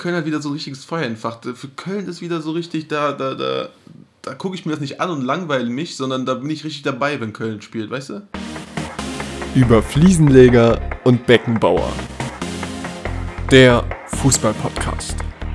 Köln hat wieder so ein richtiges Feuer entfacht. Für Köln ist wieder so richtig, da gucke ich mir das nicht an und langweile mich, sondern da bin ich richtig dabei, wenn Köln spielt, weißt du? Über Fliesenleger und Beckenbauer. Der Fußball-Podcast.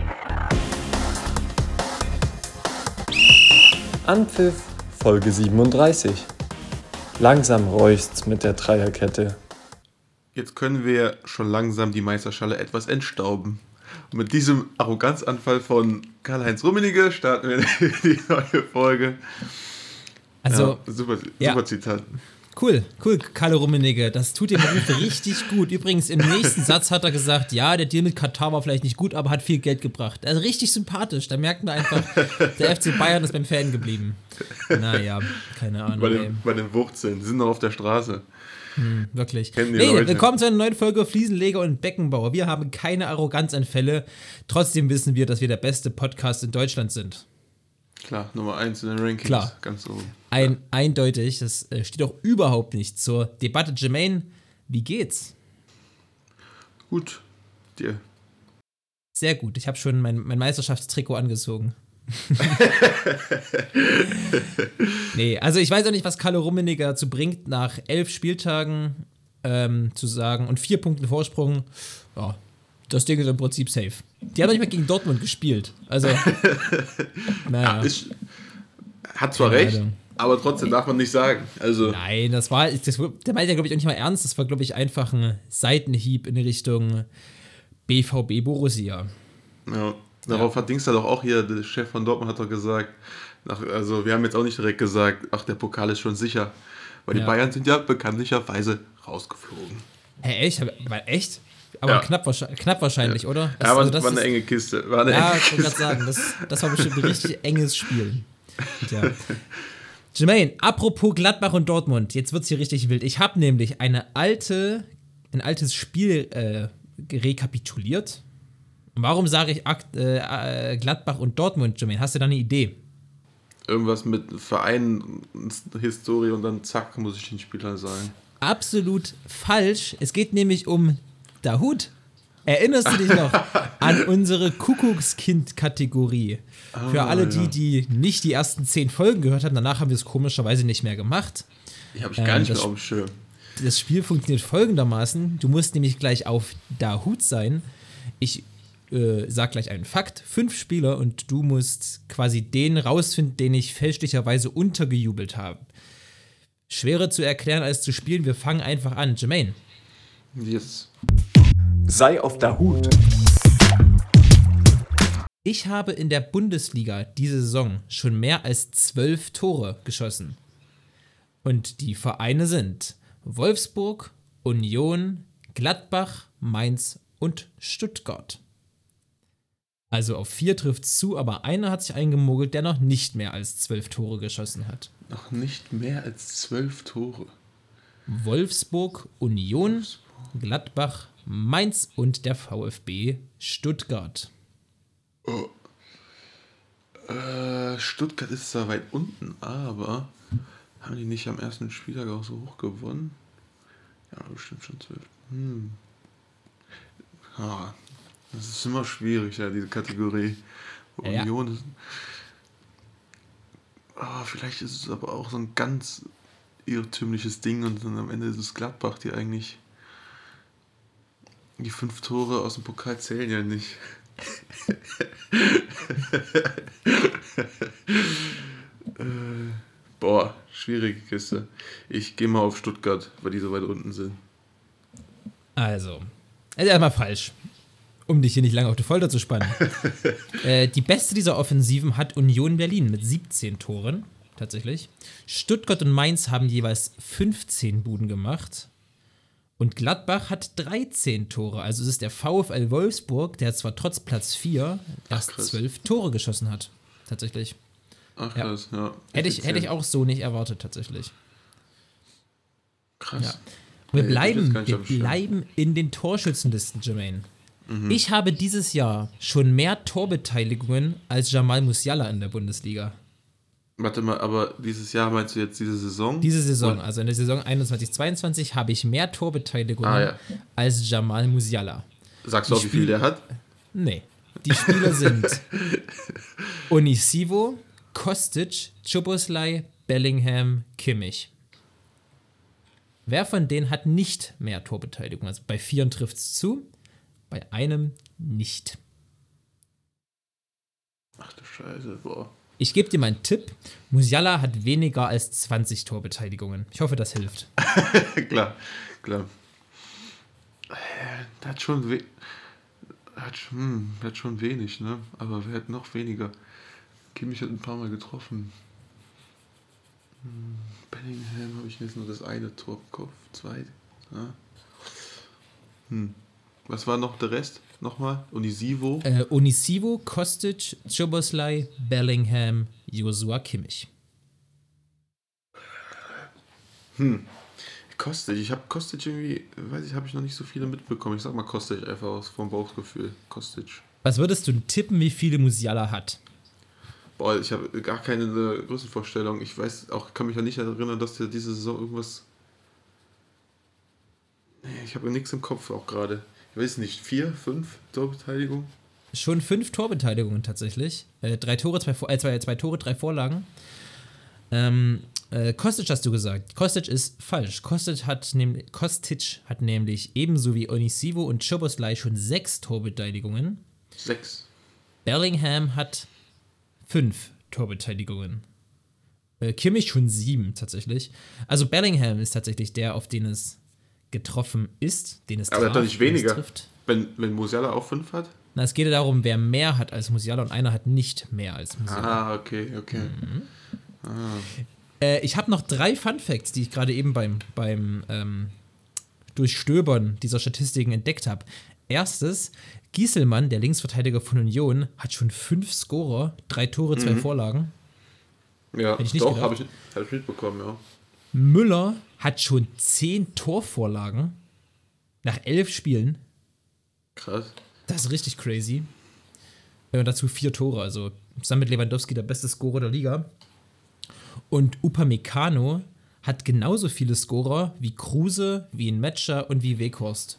Anpfiff, Folge 37. Langsam räucht's mit der Dreierkette. Jetzt können wir schon langsam die Meisterschale etwas entstauben. Und mit diesem Arroganzanfall von Karl-Heinz Rummenigge starten wir die neue Folge. Also, ja, super Zitat. Cool, Karl Rummenigge, das tut dem Beruf richtig gut. Übrigens, im nächsten Satz hat er gesagt, ja, der Deal mit Katar war vielleicht nicht gut, aber hat viel Geld gebracht. Also richtig sympathisch, da merkt man einfach, der FC Bayern ist beim Fan geblieben. Naja, keine Ahnung. Bei den Wurzeln, die sind noch auf der Straße. Wirklich. Leute. Willkommen zu einer neuen Folge Fliesenleger und Beckenbauer. Wir haben keine Arroganzanfälle, trotzdem wissen wir, dass wir der beste Podcast in Deutschland sind. Klar, Nummer 1 in den Rankings. Klar. Ganz oben. Eindeutig, das steht auch überhaupt nicht zur Debatte. Jermaine, wie geht's? Gut, dir? Sehr gut, ich habe schon mein Meisterschaftstrikot angezogen. Nee, also ich weiß auch nicht, was Karl Rummenigge dazu bringt, nach 11 Spieltagen zu sagen und 4 Punkten Vorsprung, ja, das Ding ist im Prinzip safe. Die haben nicht mehr gegen Dortmund gespielt. Also, naja. Hat zwar recht, aber trotzdem darf man nicht sagen. Also. Nein, der meinte ja, glaube ich, auch nicht mal ernst. Das war, glaube ich, einfach ein Seitenhieb in Richtung BVB Borussia. Ja, darauf hat Dings doch auch hier, der Chef von Dortmund hat doch gesagt, also wir haben jetzt auch nicht direkt gesagt, ach, der Pokal ist schon sicher. Weil die Bayern sind ja bekanntlicherweise rausgeflogen. Hä, echt? Echt? Aber ja. knapp wahrscheinlich, ja. Oder? Das, ja, aber das war eine enge Kiste. Ich wollte gerade sagen, das war bestimmt ein richtig enges Spiel. Tja. Jermaine, apropos Gladbach und Dortmund, jetzt wird's hier richtig wild. Ich habe nämlich ein altes Spiel rekapituliert. Warum sage ich Gladbach und Dortmund, Jermaine? Hast du da eine Idee? Irgendwas mit Vereinshistorie und dann zack, muss ich den Spieler sagen. Absolut falsch. Es geht nämlich um Dahoud. Erinnerst du dich noch an unsere Kuckuckskind-Kategorie? Für alle die nicht die ersten 10 Folgen gehört haben, danach haben wir es komischerweise nicht mehr gemacht. Die habe ich gar nicht mehr auf dem Schirm. Das Spiel funktioniert folgendermaßen. Du musst nämlich gleich auf Dahoud sein. Ich sag gleich einen Fakt. 5 Spieler und du musst quasi den rausfinden, den ich fälschlicherweise untergejubelt habe. Schwerer zu erklären als zu spielen. Wir fangen einfach an. Jermaine. Yes. Sei auf der Hut. Ich habe in der Bundesliga diese Saison schon mehr als 12 Tore geschossen. Und die Vereine sind Wolfsburg, Union, Gladbach, Mainz und Stuttgart. Also auf 4 trifft's zu, aber einer hat sich eingemogelt, der noch nicht mehr als 12 Tore geschossen hat. Noch nicht mehr als 12 Tore. Wolfsburg, Union, Gladbach, Mainz und der VfB Stuttgart. Oh. Stuttgart ist zwar weit unten, aber haben die nicht am ersten Spieltag auch so hoch gewonnen? Ja, bestimmt schon 12. Das ist immer schwierig, ja, diese Kategorie. Union ist. Vielleicht ist es aber auch so ein ganz irrtümliches Ding und dann am Ende ist es Gladbach, die eigentlich. Die 5 Tore aus dem Pokal zählen ja nicht. Schwierige Kiste. Ich gehe mal auf Stuttgart, weil die so weit unten sind. Also erstmal falsch. Um dich hier nicht lange auf die Folter zu spannen. Die beste dieser Offensiven hat Union Berlin mit 17 Toren, tatsächlich. Stuttgart und Mainz haben jeweils 15 Buden gemacht. Und Gladbach hat 13 Tore. Also es ist der VfL Wolfsburg, der zwar trotz Platz 4 erst 12 Tore geschossen hat. Tatsächlich. Ach krass, ja. Hätte ich auch so nicht erwartet, tatsächlich. Krass. Ja. Wir bleiben in den Torschützenlisten, Jermaine. Ich habe dieses Jahr schon mehr Torbeteiligungen als Jamal Musiala in der Bundesliga. Warte mal, aber dieses Jahr meinst du jetzt diese Saison? Diese Saison, also in der Saison 21/22 habe ich mehr Torbeteiligungen als Jamal Musiala. Sagst du auch, wie viel der hat? Nee. Die Spieler sind Onisivo, Kostic, Szoboszlai, Bellingham, Kimmich. Wer von denen hat nicht mehr Torbeteiligung? Also bei 4 trifft es zu, bei einem nicht. Ach du Scheiße, boah. Ich gebe dir meinen Tipp. Musiala hat weniger als 20 Torbeteiligungen. Ich hoffe, das hilft. Klar. Der hat schon wenig, ne? Aber wer hat noch weniger? Kimmich hat ein paar Mal getroffen. Bellingham habe ich jetzt nur das eine Tor im Kopf. 2. Ja. Was war noch der Rest? Nochmal? Onisivo? Onisivo, Kostic, Szoboszlai, Bellingham, Joshua Kimmich. Kostic. Ich habe Kostic irgendwie, habe ich noch nicht so viele mitbekommen. Ich sag mal Kostic einfach aus vom Bauchgefühl. Kostic. Was würdest du tippen, wie viele Musiala hat? Boah, ich habe gar keine Größenvorstellung. Ich kann mich ja nicht erinnern, dass der diese Saison irgendwas... Nee, ich habe nichts im Kopf auch gerade. Ich weiß nicht, 4, 5 Torbeteiligung? Schon 5 Torbeteiligungen tatsächlich. 3 Tore, 2 Tore, 3 Vorlagen. Kostic hast du gesagt. Kostic ist falsch. Kostic hat nämlich ebenso wie Onisivo und Szoboszlai schon 6 Torbeteiligungen. 6. Bellingham hat 5 Torbeteiligungen. Kimmich schon 7 tatsächlich. Also Bellingham ist tatsächlich der, auf den es getroffen ist, den es aber er hat doch nicht weniger, trifft. Wenn Musiala auch 5 hat? Na, es geht ja darum, wer mehr hat als Musiala und einer hat nicht mehr als Musiala. Ah, okay. Mhm. Ich habe noch 3 Funfacts, die ich gerade eben beim Durchstöbern dieser Statistiken entdeckt habe. Erstes, Gieselmann, der Linksverteidiger von Union, hat schon 5 Scorer, 3 Tore, 2 Vorlagen. Ja, doch, habe ich mitbekommen, ja. Müller hat schon 10 Torvorlagen nach 11 Spielen. Krass. Das ist richtig crazy. Und dazu 4 Tore, also zusammen mit Lewandowski der beste Scorer der Liga. Und Upamecano hat genauso viele Scorer wie Kruse, wie Metscher und wie Weghorst.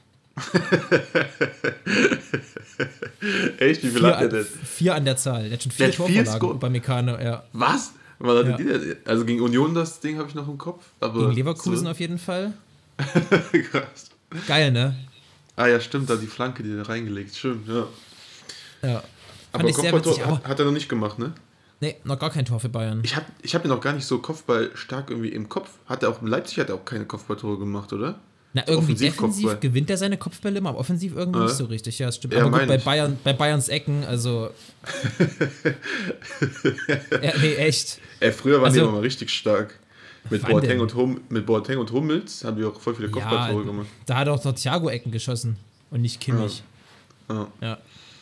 Echt? Wie viel hat der denn? 4 an der Zahl. Der hat schon 4 Torvorlagen, Upamecano, ja. Was? Was hatte die denn? Also gegen Union das Ding habe ich noch im Kopf. Aber gegen Leverkusen auf jeden Fall. Krass. Geil, ne? Ah ja, stimmt, da die Flanke, die da reingelegt. Stimmt, ja. Ja. Aber Kopfballtor hat er noch nicht gemacht, ne? Nee, noch gar kein Tor für Bayern. Ich hab ihn noch gar nicht so Kopfball stark irgendwie im Kopf. Leipzig hat er auch keine Kopfballtore gemacht, oder? Na, irgendwie defensiv gewinnt er seine Kopfbälle immer, aber offensiv irgendwie nicht so richtig. Ja, das stimmt. Aber gut, bei Bayerns Ecken, also... ja, nee, echt. Früher waren die immer mal richtig stark. Mit Boateng und Hummels haben die auch voll viele Kopfballtore gemacht. Da hat auch noch Thiago Ecken geschossen und nicht Kimmich. Ja.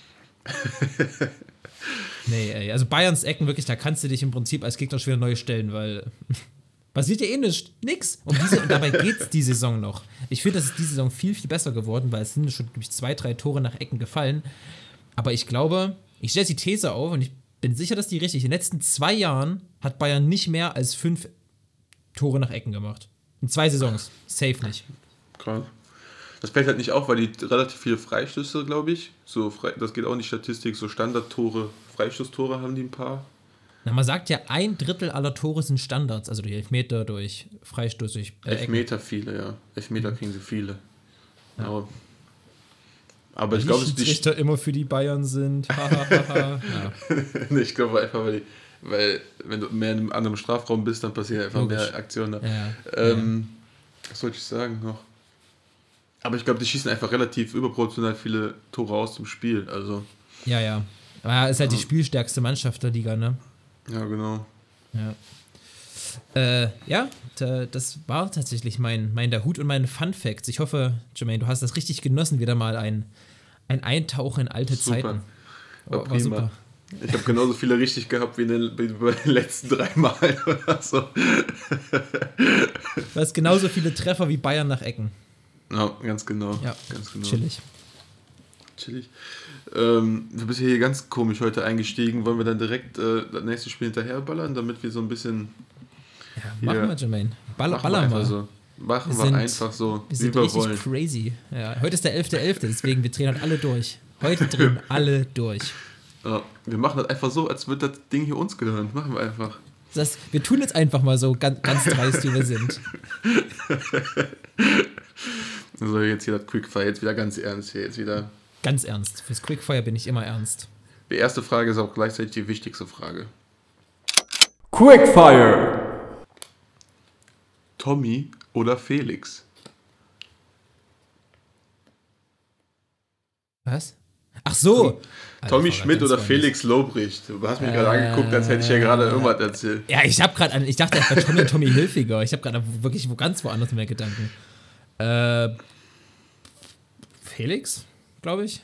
Nee, ey, also Bayerns Ecken wirklich, da kannst du dich im Prinzip als Gegner schon wieder neu stellen, weil passiert ja eh nix. Und dabei geht's die Saison noch. Ich finde, das ist die Saison viel, viel besser geworden, weil es sind schon, glaube ich, 2, 3 Tore nach Ecken gefallen. Aber ich glaube, ich stelle die These auf und ich bin sicher, dass die richtig. In den letzten 2 Jahren hat Bayern nicht mehr als 5 Tore nach Ecken gemacht. In 2 Saisons. Safe nicht. Krass. Das fällt halt nicht auf, weil die relativ viele Freistöße, glaube ich, das geht auch in die Statistik, so Standardtore, Freistoßtore haben die ein paar. Na, man sagt ja, 1/3 aller Tore sind Standards, also durch Elfmeter, durch Freistoß, durch Elfmeter viele, ja. Elfmeter kriegen sie viele. Ja. Aber ich glaube, die Schiedsrichter immer für die Bayern sind. Ja. Ich glaube einfach, weil wenn du mehr in einem anderen Strafraum bist, dann passieren einfach mehr Aktionen. Ja. Was sollte ich sagen noch? Aber ich glaube, die schießen einfach relativ überproportional viele Tore aus dem Spiel. Also. Ja. Aber ist halt die spielstärkste Mannschaft der Liga, ne? Ja, genau. Ja. Das war tatsächlich mein der Hut und meine Fun Facts. Ich hoffe, Jermaine, du hast das richtig genossen, wieder mal ein Eintauchen in alte Zeiten. War prima. Super. Ich habe genauso viele richtig gehabt wie bei den letzten 3 Mal oder so. Du hast genauso viele Treffer wie Bayern nach Ecken. Ja, ganz genau. Ja, ganz genau. Chillig. Du bist hier ganz komisch heute eingestiegen. Wollen wir dann direkt das nächste Spiel hinterherballern, damit wir so ein bisschen... Ja, machen wir, Jermaine. Ballern wir. So. Machen wir einfach so, wir sind richtig crazy. Ja, heute ist der 11.11., deswegen wir drehen halt alle durch. Heute drehen alle durch. Ja, wir machen das einfach so, als würde das Ding hier uns gehören. Machen wir einfach. Wir tun jetzt einfach mal so ganz dreist, wie wir sind. Also jetzt hier das Quickfire, jetzt wieder ganz ernst hier, jetzt wieder. Ganz ernst. Fürs Quickfire bin ich immer ernst. Die erste Frage ist auch gleichzeitig die wichtigste Frage. Quickfire! Tommy oder Felix? Was? Ach so! Tommy Schmidt oder Felix Lobrecht? Du hast mich gerade angeguckt, als hätte ich ja gerade irgendwas erzählt. Ja, ich dachte erst bei Tommy und Tommy Hilfiger. Ich habe gerade wirklich ganz woanders mehr Gedanken. Felix, glaube ich.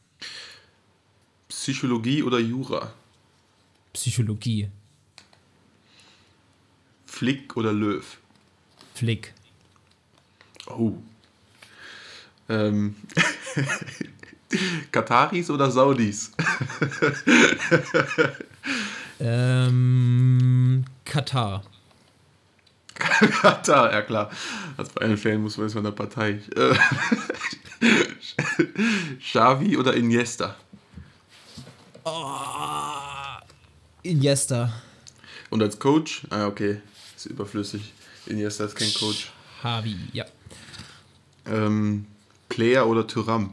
Psychologie oder Jura? Psychologie. Flick oder Löw? Flick. Oh. Kataris oder Saudis? Katar. Katar, ja klar. Als bei allen Fällen muss man jetzt von der Partei. Xavi oder Iniesta? Oh, Iniesta. Und als Coach? Ah, okay. Ist überflüssig. Iniesta ist kein Coach. Xavi, ja. Player oder Thuram?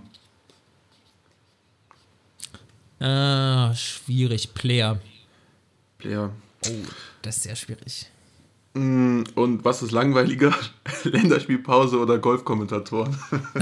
Schwierig. Player. Player. Oh, das ist sehr schwierig. Und was ist langweiliger? Länderspielpause oder Golfkommentatoren?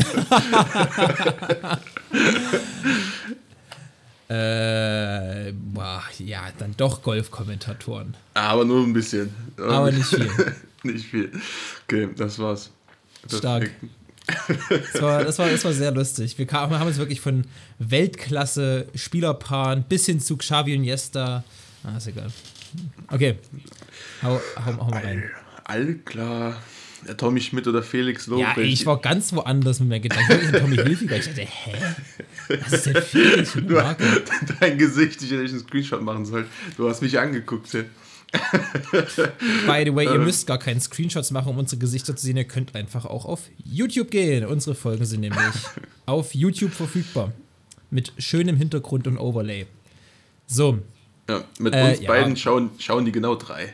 Ja, dann doch Golfkommentatoren. Aber nur ein bisschen. Aber nicht viel. Nicht viel. Okay, das war's. Stark. Das war sehr lustig. Haben uns wirklich von Weltklasse-Spielerpaaren bis hin zu Xavi und Iniesta. Ist egal. Okay. Hau mal rein. All klar. Der Tommy Schmidt oder Felix Lobrecht. Ja, ich war ganz woanders mit mir gedacht. Ich war Tommy Hilfiger. Ich dachte, hä? Was ist denn Felix für eine Marke? Dein Gesicht, ich hätte einen Screenshot machen sollen. Du hast mich angeguckt. Ja. By the way, ihr müsst gar keinen Screenshots machen, um unsere Gesichter zu sehen. Ihr könnt einfach auch auf YouTube gehen. Unsere Folgen sind nämlich auf YouTube verfügbar. Mit schönem Hintergrund und Overlay. So. Ja, mit uns beiden schauen die genau 3.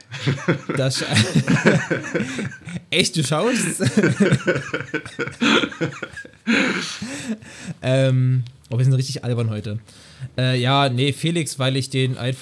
Echt, du schaust? Wir sind richtig albern heute. Felix, weil ich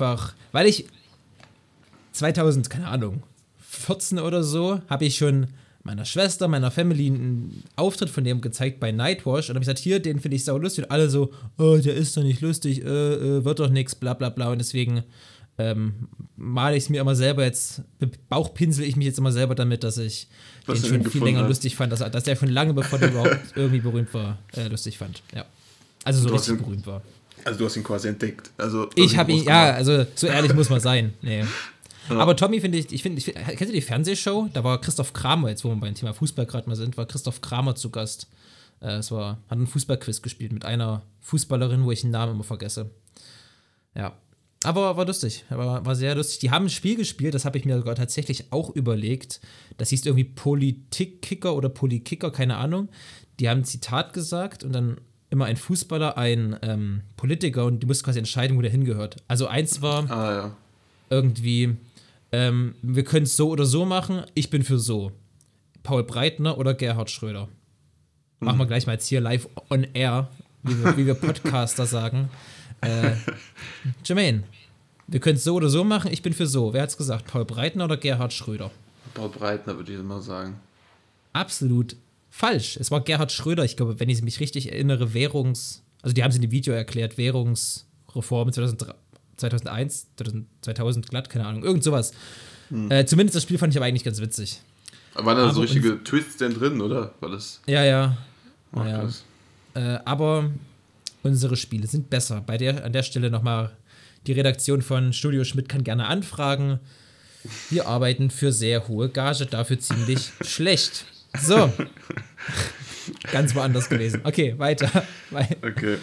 2000, keine Ahnung, 14 oder so, habe ich schon meiner Schwester, meiner Family einen Auftritt von dem gezeigt bei Nightwash und habe ich gesagt, hier, den finde ich sau lustig und alle so, oh, der ist doch nicht lustig, wird doch nix, bla bla bla und deswegen male ich es mir immer selber jetzt, bauchpinsel ich mich jetzt immer selber damit, dass ich den schon viel länger lustig fand, dass der schon lange, bevor der überhaupt irgendwie berühmt war, lustig fand, ja. Also so richtig berühmt war. Also du hast ihn quasi entdeckt. Also, ich habe ihn, ja, also so ehrlich muss man sein, nee. Ja. Aber Tommy, kennst du die Fernsehshow? Da war Christoph Kramer, jetzt wo wir beim Thema Fußball gerade mal sind, war Christoph Kramer zu Gast. Hat einen Fußballquiz gespielt mit einer Fußballerin, wo ich den Namen immer vergesse. Ja, aber war lustig, war sehr lustig. Die haben ein Spiel gespielt, das habe ich mir sogar tatsächlich auch überlegt. Das hieß irgendwie Politikkicker oder Polikicker, keine Ahnung. Die haben ein Zitat gesagt und dann immer ein Fußballer, ein Politiker und die mussten quasi entscheiden, wo der hingehört. Also eins war irgendwie wir können es so oder so machen, ich bin für so. Paul Breitner oder Gerhard Schröder. Machen wir gleich mal jetzt hier live on air, wie wir Podcaster sagen. Jermaine, wir können es so oder so machen, ich bin für so. Wer hat's gesagt? Paul Breitner oder Gerhard Schröder? Paul Breitner, würde ich mal sagen. Absolut falsch. Es war Gerhard Schröder, ich glaube, wenn ich mich richtig erinnere, also die haben es in dem Video erklärt, Währungsreform 2001, 2000 glatt, keine Ahnung, irgend sowas. Zumindest das Spiel fand ich aber eigentlich ganz witzig. Waren da so richtige Twists denn drin, oder? War das? Ja. Ach, ja. Aber unsere Spiele sind besser. An der Stelle nochmal die Redaktion von Studio Schmidt kann gerne anfragen. Wir arbeiten für sehr hohe Gage, dafür ziemlich schlecht. So. Ganz woanders gewesen. Okay, weiter. Okay.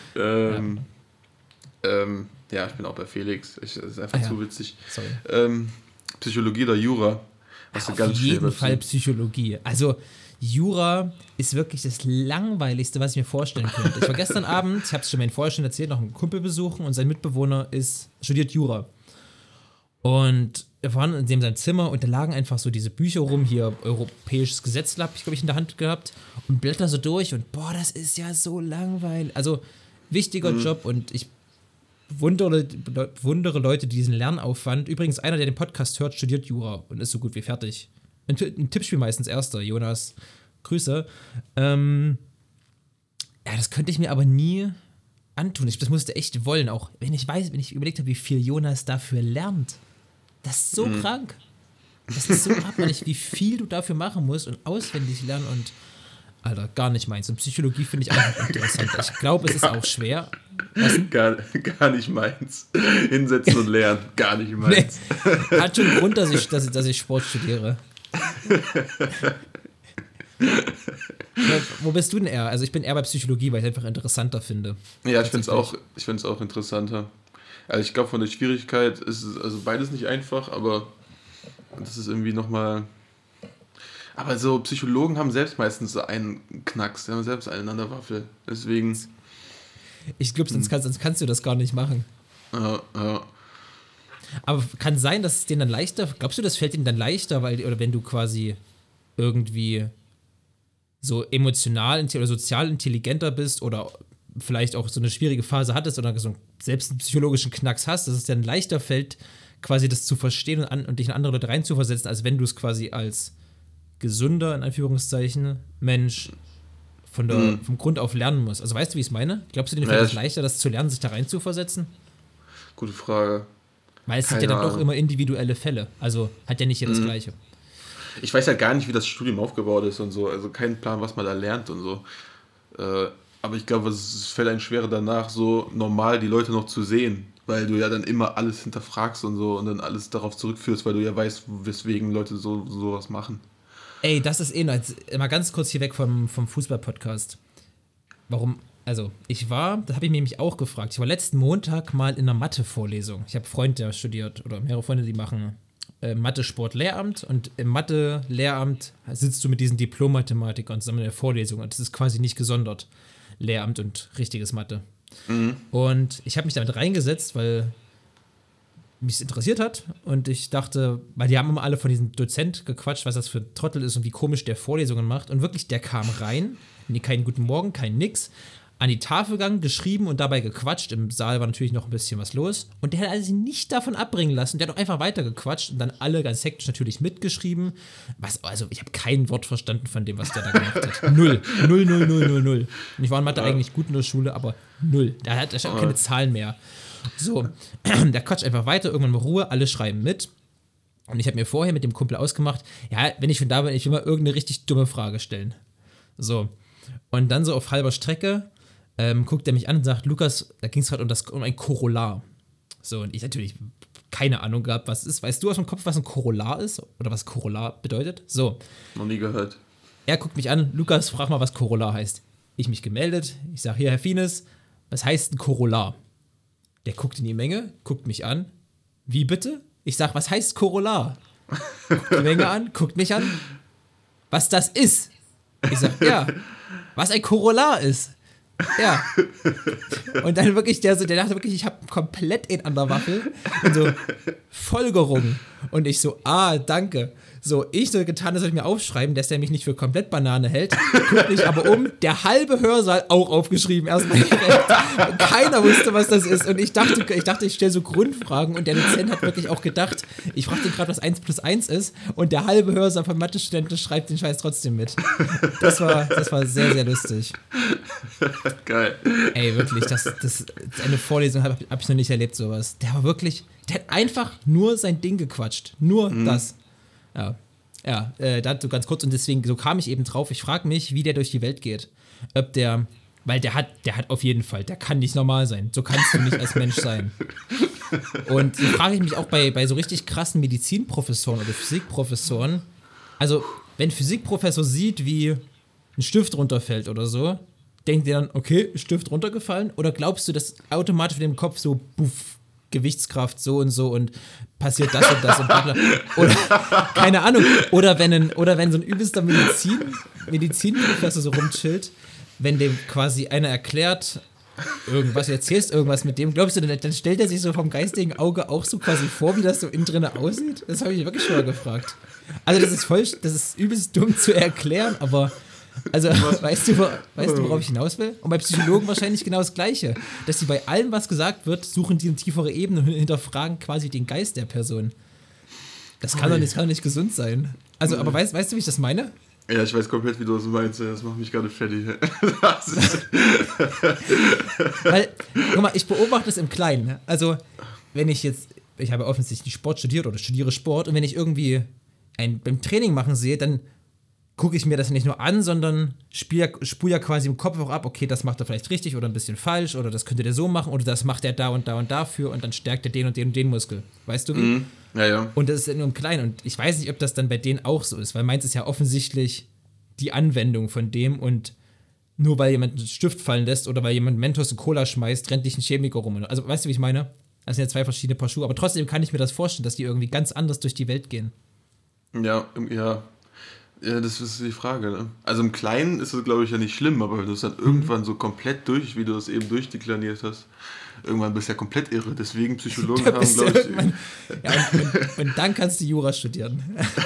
Ja, ich bin auch bei Felix. Das ist einfach zu witzig. Sorry. Psychologie oder Jura? Auf jeden Fall Psychologie. Also, Jura ist wirklich das Langweiligste, was ich mir vorstellen könnte. Ich war gestern Abend, ich habe es schon meinen Vorstand erzählt, noch einen Kumpel besuchen und sein Mitbewohner studiert Jura. Und wir waren in seinem Zimmer und da lagen einfach so diese Bücher rum, hier europäisches Gesetz, habe ich, glaube ich, in der Hand gehabt und blätter so durch und boah, das ist ja so langweilig. Also wichtiger Job und ich wundere Leute, die diesen Lernaufwand, übrigens einer, der den Podcast hört, studiert Jura und ist so gut wie fertig. Ein Tippspiel meistens Erster, Jonas, Grüße. Ja, das könnte ich mir aber nie antun. Das musste echt wollen, auch wenn ich überlegt habe, wie viel Jonas dafür lernt. Das ist so krank. Das ist so abartig, wie viel du dafür machen musst und auswendig lernen und Alter, gar nicht meins. Und Psychologie finde ich einfach interessant. Ich glaube, es ist auch schwer. Gar nicht meins. Hinsetzen und lernen, gar nicht meins. Nee. Hat schon einen Grund, dass ich Sport studiere. Wo bist du denn eher? Also ich bin eher bei Psychologie, weil ich es einfach interessanter finde. Ja, ich finde es auch interessanter. Also ich glaube, von der Schwierigkeit ist es also beides nicht einfach, aber das ist irgendwie nochmal... Aber so Psychologen haben selbst meistens so einen Knacks, die haben selbst einen an der Waffel. Deswegen... Ich glaube, sonst kannst du das gar nicht machen. Ja. Aber kann sein, dass es denen dann leichter... Glaubst du, das fällt ihnen dann leichter, oder wenn du quasi irgendwie so emotional oder sozial intelligenter bist oder vielleicht auch so eine schwierige Phase hattest oder so selbst einen psychologischen Knacks hast, dass es dann leichter fällt, quasi das zu verstehen und dich in andere Leute reinzuversetzen, als wenn du es quasi als gesunder, in Anführungszeichen, Mensch vom Grund auf lernen musst. Also weißt du, wie ich es meine? Glaubst du, denen fällt es leichter, das zu lernen, sich da reinzuversetzen? Gute Frage. Weil es sind ja dann doch immer individuelle Fälle. Also hat ja nicht jeder das Gleiche. Ich weiß ja gar nicht, wie das Studium aufgebaut ist und so. Also keinen Plan, was man da lernt und so. Aber ich glaube, es fällt einem schwerer danach, so normal die Leute noch zu sehen. Weil du ja dann immer alles hinterfragst und so und dann alles darauf zurückführst, weil du ja weißt, weswegen Leute sowas machen. Ey, das ist mal ganz kurz hier weg vom Fußball-Podcast. Warum? Also, das habe ich mir nämlich auch gefragt. Ich war letzten Montag mal in einer Mathe-Vorlesung. Ich habe einen Freund, der studiert, oder mehrere Freunde, die machen Mathe-Sport-Lehramt. Und im Mathe-Lehramt sitzt du mit diesen Diplom-Mathematikern zusammen in der Vorlesung. Und das ist quasi nicht gesondert, Lehramt und richtiges Mathe. Und ich habe mich damit reingesetzt, weil mich interessiert hat und ich dachte, weil die haben immer alle von diesem Dozent gequatscht, was das für ein Trottel ist und wie komisch der Vorlesungen macht und wirklich, der kam rein, keinen guten Morgen, kein nix, an die Tafel gegangen, geschrieben und dabei gequatscht, im Saal war natürlich noch ein bisschen was los und der hat also nicht davon abbringen lassen, der hat auch einfach weiter gequatscht und dann alle ganz hektisch natürlich mitgeschrieben, also ich habe kein Wort verstanden von dem, was der da gemacht hat, null. Und ich war in Mathe eigentlich gut in der Schule, aber null, da hat er keine Zahlen mehr. So, der quatscht einfach weiter, irgendwann mal Ruhe, alle schreiben mit. Und ich habe mir vorher mit dem Kumpel ausgemacht, ja, wenn ich schon da bin, ich will mal irgendeine richtig dumme Frage stellen. So, und dann so auf halber Strecke guckt er mich an und sagt, Lukas, da ging es gerade um ein Korollar. So, und ich natürlich keine Ahnung gehabt, was es ist. Weißt du aus dem Kopf, was ein Korollar ist? Oder was Korollar bedeutet? So. Noch nie gehört. Er guckt mich an, Lukas, frag mal, was Korollar heißt. Ich mich gemeldet, ich sage, hier, Herr Fienes, was heißt ein Korollar? Der guckt in die Menge, guckt mich an. Wie bitte? Ich sag, was heißt Korollar? Guckt die Menge an, guckt mich an. Was das ist? Ich sag, ja. Was ein Korollar ist? Ja. Und dann wirklich, der dachte wirklich, ich habe komplett ihn an der Waffel. Und so, Folgerung. Und ich so, danke. So, ich so getan, das soll ich mir aufschreiben, dass der mich nicht für komplett Banane hält. Guckt mich aber um, der halbe Hörsaal auch aufgeschrieben. Erstmal direkt. Und keiner wusste, was das ist. Und ich dachte, ich stelle so Grundfragen und der Dozent hat wirklich auch gedacht, ich frage den gerade, was 1 + 1 ist und der halbe Hörsaal von Mathe-Studenten schreibt den Scheiß trotzdem mit. Das war sehr, sehr lustig. Geil. Ey, wirklich, eine Vorlesung habe ich noch nicht erlebt, sowas. Der hat einfach nur sein Ding gequatscht. Nur das. Ja, dazu ganz kurz und deswegen, so kam ich eben drauf, ich frage mich, wie der durch die Welt geht. Weil der hat auf jeden Fall, der kann nicht normal sein. So kannst du nicht als Mensch sein. Und so frage ich mich auch bei so richtig krassen Medizinprofessoren oder Physikprofessoren, also wenn ein Physikprofessor sieht, wie ein Stift runterfällt oder so, denkt der dann, okay, Stift runtergefallen? Oder glaubst du, dass automatisch in dem Kopf so, buff, Gewichtskraft so und passiert das und das und bla bla. Oder, keine Ahnung, oder wenn so ein übelster Medizinprofessor so rumchillt, wenn dem quasi einer erklärt, irgendwas, du erzählst irgendwas mit dem, glaubst du, dann stellt er sich so vom geistigen Auge auch so quasi vor, wie das so innen drinne aussieht? Das habe ich mich wirklich schon mal gefragt. Also das ist übelst dumm zu erklären, aber also weißt du, worauf ich hinaus will? Und bei Psychologen wahrscheinlich genau das Gleiche, dass sie bei allem, was gesagt wird, suchen die eine tiefere Ebene und hinterfragen quasi den Geist der Person. Das kann doch nicht gesund sein. Also, aber weißt du, wie ich das meine? Ja, ich weiß komplett, wie du das meinst. Das macht mich gerade fertig. Weil, guck mal, ich beobachte es im Kleinen. Also, wenn ich habe offensichtlich Sport studiert oder studiere Sport und wenn ich irgendwie beim Training machen sehe, dann gucke ich mir das nicht nur an, sondern spule ja quasi im Kopf auch ab, okay, das macht er vielleicht richtig oder ein bisschen falsch oder das könnte der so machen oder das macht er da und da und dafür und dann stärkt er den und den und den Muskel. Weißt du wie? Mhm. Ja. Und das ist nur im Kleinen und ich weiß nicht, ob das dann bei denen auch so ist, weil meins ist ja offensichtlich die Anwendung von dem und nur weil jemand einen Stift fallen lässt oder weil jemand Mentos und Cola schmeißt, rennt nicht ein Chemiker rum. Also weißt du, wie ich meine? Das sind ja zwei verschiedene Paar Schuhe, aber trotzdem kann ich mir das vorstellen, dass die irgendwie ganz anders durch die Welt gehen. Ja, das ist die Frage, ne? Also im Kleinen ist es, glaube ich, ja nicht schlimm, aber wenn du es dann irgendwann so komplett wie du das eben durchdekliniert hast, irgendwann bist du ja komplett irre. Deswegen Psychologen haben, glaube ich... Ja, und dann kannst du Jura studieren.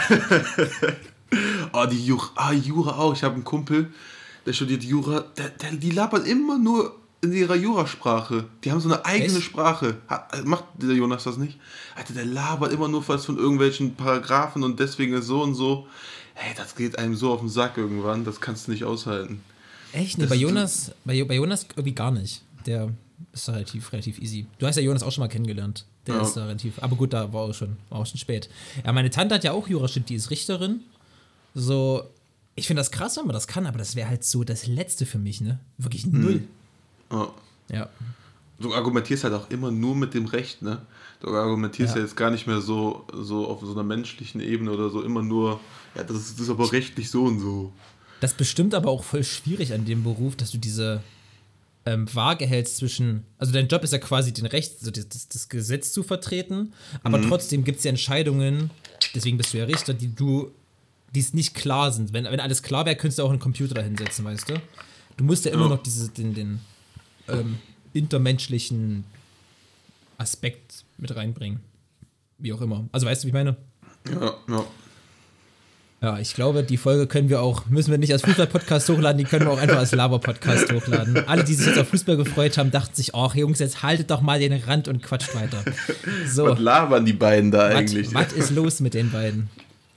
Die Jura auch. Ich habe einen Kumpel, der studiert Jura, die labern immer nur in ihrer Jurasprache. Die haben so eine eigene Sprache. Macht der Jonas das nicht? Alter, der labert immer nur was von irgendwelchen Paragraphen und deswegen ist so und so. Hey, das geht einem so auf den Sack irgendwann, das kannst du nicht aushalten. Echt? Nee, bei Jonas irgendwie gar nicht. Der ist relativ easy. Du hast ja Jonas auch schon mal kennengelernt. Der ist da relativ, aber gut, da war auch schon spät. Ja, meine Tante hat ja auch Jura studiert, die ist Richterin. So, ich finde das krass, wenn man das kann, aber das wäre halt so das Letzte für mich, ne? Wirklich null. Ja. Du argumentierst halt auch immer nur mit dem Recht, ne? Du argumentierst ja jetzt gar nicht mehr so auf so einer menschlichen Ebene oder so, immer nur, ja, das ist aber rechtlich so und so. Das ist bestimmt aber auch voll schwierig an dem Beruf, dass du diese Waage hältst zwischen, also dein Job ist ja quasi also das Gesetz zu vertreten, aber trotzdem gibt es ja Entscheidungen, deswegen bist du ja Richter, die es nicht klar sind. Wenn alles klar wäre, könntest du auch einen Computer da hinsetzen, weißt du? Du musst ja immer noch den intermenschlichen Aspekt mit reinbringen. Wie auch immer. Also weißt du, wie ich meine? Ja. Ja, ich glaube, die Folge müssen wir nicht als Fußball-Podcast hochladen, die können wir auch einfach als Laber-Podcast hochladen. Alle, die sich jetzt auf Fußball gefreut haben, dachten sich, ach Jungs, jetzt haltet doch mal den Rand und quatscht weiter. So. Was labern die beiden da eigentlich? Was ist los mit den beiden?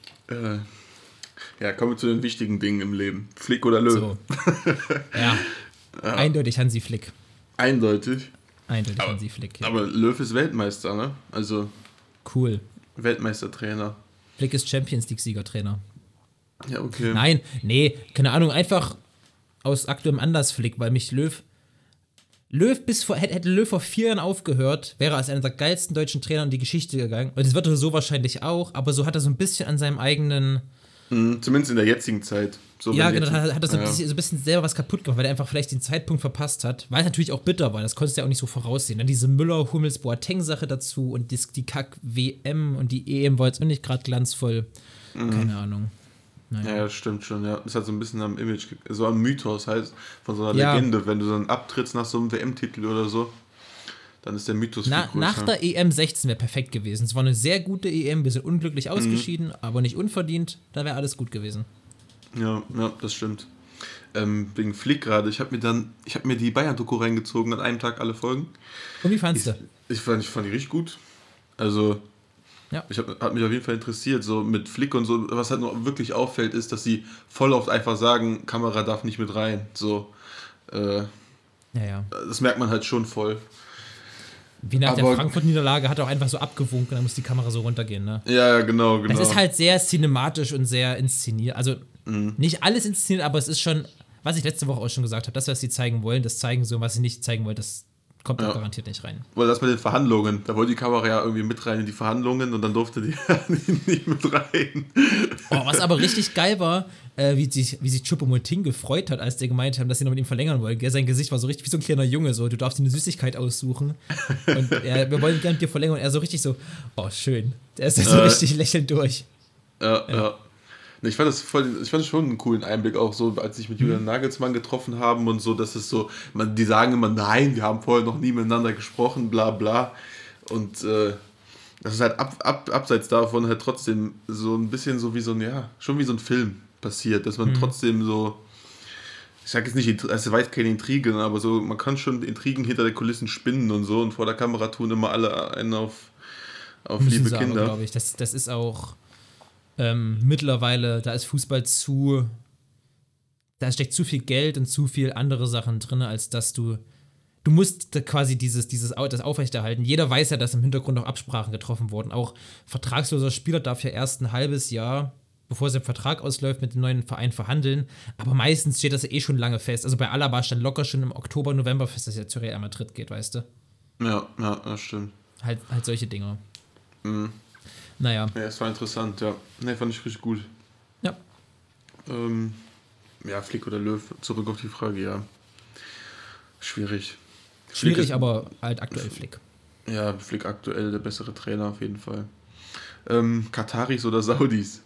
Ja, kommen wir zu den wichtigen Dingen im Leben. Flick oder Löw? So. Ja. Eindeutig Hansi Flick. Eindeutig Hansi Flick. Ja. Aber Löw ist Weltmeister, ne? Also cool. Weltmeistertrainer. Flick ist Champions-League-Siegertrainer. Ja, okay. Nein, keine Ahnung, einfach aus aktuellem Anlass Flick, weil mich hätte Löw vor 4 Jahren aufgehört, wäre er als einer der geilsten deutschen Trainer in die Geschichte gegangen. Und das wird er so wahrscheinlich auch, aber so hat er so ein bisschen an seinem eigenen... Zumindest in der jetzigen Zeit. So ja, genau, hat er so ein bisschen selber was kaputt gemacht, weil er einfach vielleicht den Zeitpunkt verpasst hat. Weil es natürlich auch bitter war, das konntest du ja auch nicht so voraussehen. Dann diese Müller-Hummels-Boateng-Sache dazu und die Kack-WM und die EM war jetzt auch nicht gerade glanzvoll. Keine Ahnung. Naja. Ja, das stimmt schon, ja. Das hat so ein bisschen am Image, so am Mythos heißt, von so einer Legende. Wenn du dann abtrittst nach so einem WM-Titel oder so, dann ist der Mythos viel größer. Nach der EM 16 wäre perfekt gewesen. Es war eine sehr gute EM, wir sind unglücklich ausgeschieden, aber nicht unverdient, da wäre alles gut gewesen. Ja, das stimmt. Wegen Flick gerade, ich hab mir die Bayern-Doku reingezogen, an einem Tag alle Folgen. Und wie fandst du? Ich fand die richtig gut. Also, hat mich auf jeden Fall interessiert, so mit Flick und so. Was halt noch wirklich auffällt, ist, dass sie voll oft einfach sagen, Kamera darf nicht mit rein. So, das merkt man halt schon voll. Wie nach der Frankfurt-Niederlage hat er auch einfach so abgewunken, dann muss die Kamera so runtergehen, ne? Ja, genau. Es ist halt sehr cinematisch und sehr inszeniert. Also nicht alles inszeniert, aber es ist schon, was ich letzte Woche auch schon gesagt habe, das, was sie zeigen wollen, das zeigen sie, und was sie nicht zeigen wollen, das kommt da garantiert nicht rein. Oder das mit den Verhandlungen, da wollte die Kamera ja irgendwie mit rein in die Verhandlungen und dann durfte die nicht mit rein. Was aber richtig geil war, wie sich Choupo-Moting gefreut hat, als der gemeint haben, dass sie noch mit ihm verlängern wollen. Sein Gesicht war so richtig wie so ein kleiner Junge, so, du darfst dir eine Süßigkeit aussuchen und wir wollen gerne mit dir verlängern und er so richtig so, oh schön, der ist da so richtig lächelnd durch. Ja. Ich fand das schon einen coolen Einblick auch so, als sich mit Julian Nagelsmann getroffen haben und so, dass es so, die sagen immer, nein, wir haben vorher noch nie miteinander gesprochen, bla bla. Und das ist halt abseits davon halt trotzdem so ein bisschen so wie so ein, schon wie so ein Film passiert, dass man trotzdem so, ich sag jetzt nicht, es war jetzt keine Intrigen, aber so, man kann schon Intrigen hinter den Kulissen spinnen und so und vor der Kamera tun immer alle einen auf liebe Kinder. Glaube ich, das ist auch mittlerweile, da ist Fußball da steckt zu viel Geld und zu viel andere Sachen drin, als dass du musst quasi das aufrechterhalten. Jeder weiß ja, dass im Hintergrund auch Absprachen getroffen wurden. Auch vertragsloser Spieler darf ja erst ein halbes Jahr, bevor sein Vertrag ausläuft, mit dem neuen Verein verhandeln. Aber meistens steht das ja schon lange fest. Also bei Alaba stand locker schon im Oktober, November fest, dass er zu Real Madrid geht, weißt du? Ja, das stimmt. Halt solche Dinge. Mhm. Naja. Ja, es war interessant, ja. Ne, fand ich richtig gut. Ja. Flick oder Löw, zurück auf die Frage, ja. Schwierig, aber halt aktuell Flick. Ja, Flick aktuell der bessere Trainer auf jeden Fall. Kataris oder Saudis?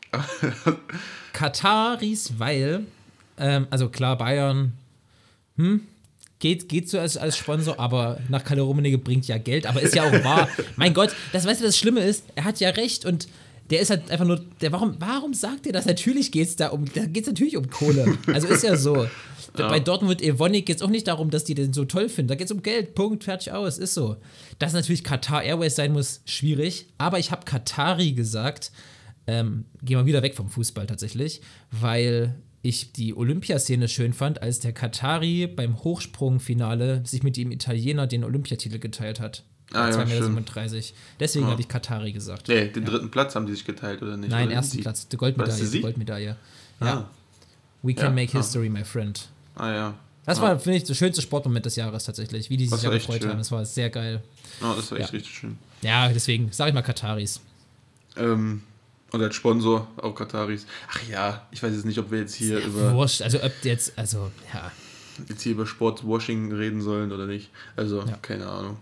Kataris, weil, also klar, Bayern, geht so als Sponsor, aber nach Kalle Rummenigge bringt ja Geld, aber ist ja auch wahr. Mein Gott, weißt du, das Schlimme ist, er hat ja recht und der ist halt einfach nur, warum sagt er das? Natürlich geht es natürlich um Kohle. Also ist ja so. Ja. Bei Dortmund Evonik geht es auch nicht darum, dass die den so toll finden. Da geht es um Geld, Punkt, fertig, aus, ist so. Dass natürlich Qatar Airways sein muss, schwierig, aber ich habe Katari gesagt, gehen wir wieder weg vom Fußball tatsächlich, weil ich die Olympiaszene schön fand, als der Katari beim Hochsprungfinale sich mit dem Italiener den Olympiatitel geteilt hat. 2,37 Meter. Deswegen habe ich Katari gesagt. Nee, den dritten Platz haben die sich geteilt, oder nicht? Nein, oder ersten Platz, die Goldmedaille. Ja. We can make history, my friend. Das war, finde ich, der schönste Sportmoment des Jahres tatsächlich, wie die sich da gefreut haben. Das war sehr geil. Ja, das war echt richtig schön. Ja, deswegen sage ich mal Kataris. Und als Sponsor auch Kataris. Ach ja, ich weiß jetzt nicht, ob wir jetzt hier Wurscht, jetzt hier über Sportwashing reden sollen oder nicht. Also, keine Ahnung.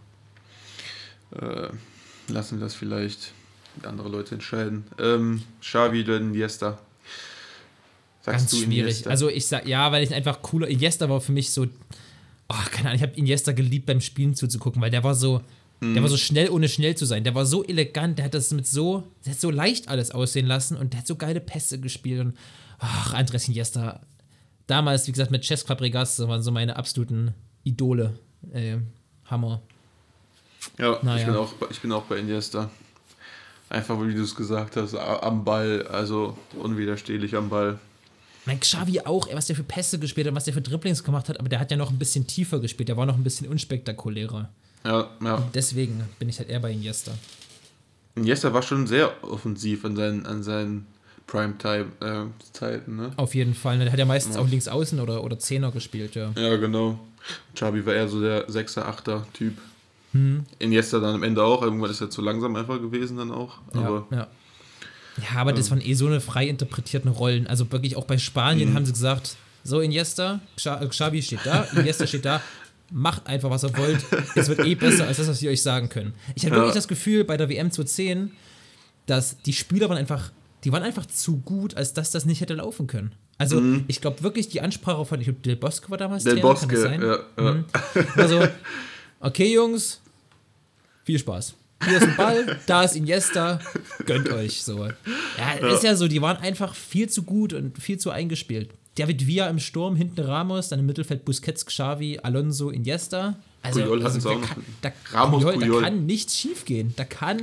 Lassen wir das vielleicht andere Leute entscheiden. Xavi oder Iniesta? Ganz schwierig. Iniesta? Also ich sag, ja, weil ich einfach cooler. Iniesta war für mich so, keine Ahnung, ich habe Iniesta geliebt beim Spielen zuzugucken, weil der war so schnell, ohne schnell zu sein. Der war so elegant, der hat so leicht alles aussehen lassen und der hat so geile Pässe gespielt und Andrés Iniesta. Damals, wie gesagt, mit Cesc Fabregas, das waren so meine absoluten Idole. Hammer. Ja, ich bin auch bei Iniesta. Einfach, wie du es gesagt hast, am Ball, also unwiderstehlich am Ball. Mein Xavi auch, was der für Pässe gespielt hat, was der für Dribblings gemacht hat, aber der hat ja noch ein bisschen tiefer gespielt, der war noch ein bisschen unspektakulärer. Ja. Und deswegen bin ich halt eher bei Iniesta. Iniesta war schon sehr offensiv an seinen Prime-Zeiten, ne? Auf jeden Fall, der hat ja meistens auch links außen oder Zehner gespielt, ja. Ja, genau. Xavi war eher so der 6er, 8er Typ. Iniesta dann am Ende auch, irgendwann ist er zu langsam einfach gewesen dann auch. Aber das waren so eine frei interpretierten Rollen. Also wirklich auch bei Spanien haben sie gesagt, so Iniesta, Xavi steht da, Iniesta steht da, macht einfach, was ihr wollt. Es wird besser als das, was wir euch sagen können. Ich hatte wirklich das Gefühl bei der WM 2010, dass die Spieler waren einfach zu gut, als dass das nicht hätte laufen können. Also ich glaube wirklich die Ansprache von, ich glaube Del Bosque war damals Del Bosque, kann das sein? Ja. Also, okay Jungs, viel Spaß. Hier ist ein Ball, da ist Iniesta, gönnt euch so. Ja, ist ja so, die waren einfach viel zu gut und viel zu eingespielt. David Villa im Sturm, hinten Ramos, dann im Mittelfeld Busquets, Xavi, Alonso, Iniesta. Also, Puyol hatten sie auch noch. Ramos, Puyol. Da kann nichts schiefgehen.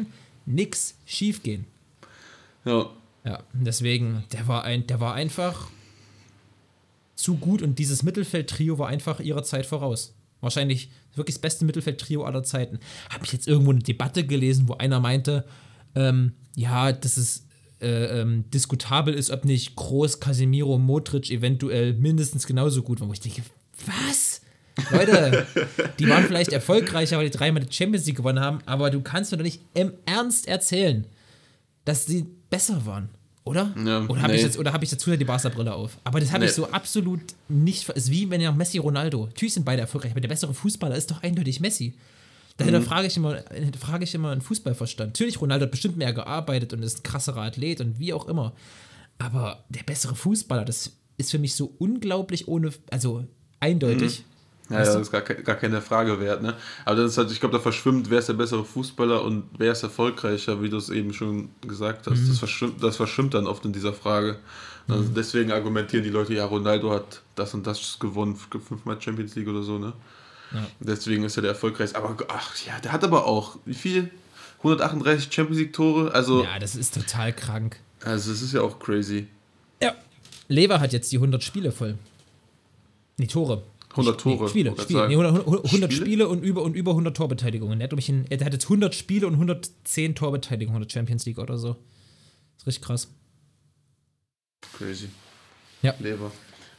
Ja, deswegen, der war einfach zu gut und dieses Mittelfeld-Trio war einfach ihrer Zeit voraus. Wahrscheinlich wirklich das beste Mittelfeld-Trio aller Zeiten. Habe ich jetzt irgendwo eine Debatte gelesen, wo einer meinte, dass es diskutabel ist, ob nicht Kroos, Casemiro, Modric eventuell mindestens genauso gut waren. Wo ich denke, was? Leute, die waren vielleicht erfolgreicher, weil die dreimal die Champions League gewonnen haben, aber du kannst mir doch nicht im Ernst erzählen, dass sie besser waren. Oder? Ja, oder habe ich jetzt zu die Barca-Brille auf? Aber das habe ich so absolut nicht. Ist wie wenn ja Messi, Ronaldo. Natürlich sind beide erfolgreich, aber der bessere Fußballer ist doch eindeutig Messi. Dahinter frage ich immer einen Fußballverstand. Natürlich, Ronaldo hat bestimmt mehr gearbeitet und ist ein krasserer Athlet und wie auch immer. Aber der bessere Fußballer, das ist für mich so unglaublich eindeutig. Ja, das ist gar keine Frage wert, ne? Aber das ist halt, ich glaube, da verschwimmt, wer ist der bessere Fußballer und wer ist erfolgreicher, wie du es eben schon gesagt hast. Das verschwimmt dann oft in dieser Frage. Also deswegen argumentieren die Leute, ja, Ronaldo hat das und das gewonnen, 5-mal Champions League oder so, ne? Ja. Deswegen ist er der erfolgreichste. Aber der hat aber auch, wie viel? 138 Champions League Tore? Also, ja, das ist total krank. Also, das ist ja auch crazy. Ja. Lever hat jetzt die 100 Spiele voll. Die Tore. 100 Tore. Spiele. 100 Spiele und über 100 Torbeteiligungen. Er hat jetzt 100 Spiele und 110 Torbeteiligungen in der Champions League oder so. Das ist richtig krass. Crazy. Ja. Lever.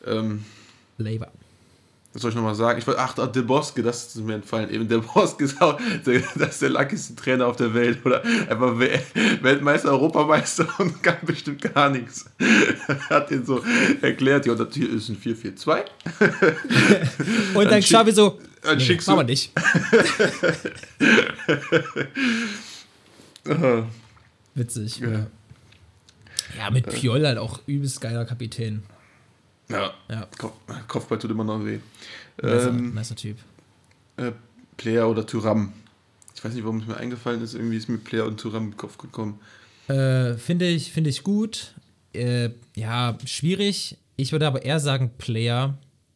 Was soll ich nochmal sagen? Del Bosque, das ist mir entfallen. Eben Del Bosque ist auch das ist der luckyste Trainer auf der Welt. Oder einfach Weltmeister, Europameister und kann bestimmt gar nichts. Hat den so erklärt, ja, das hier ist ein 4-4-2. Und dann Xavi so, schickst machen wir nicht. Witzig. Ja, mit Piol halt auch übelst geiler Kapitän. Ja. Kopfball tut immer noch weh. Nicer Typ. Player oder Thuram. Ich weiß nicht, warum es mir eingefallen ist. Irgendwie ist mir Player und Thuram im Kopf gekommen. Finde ich gut. Ja, schwierig. Ich würde aber eher sagen Player.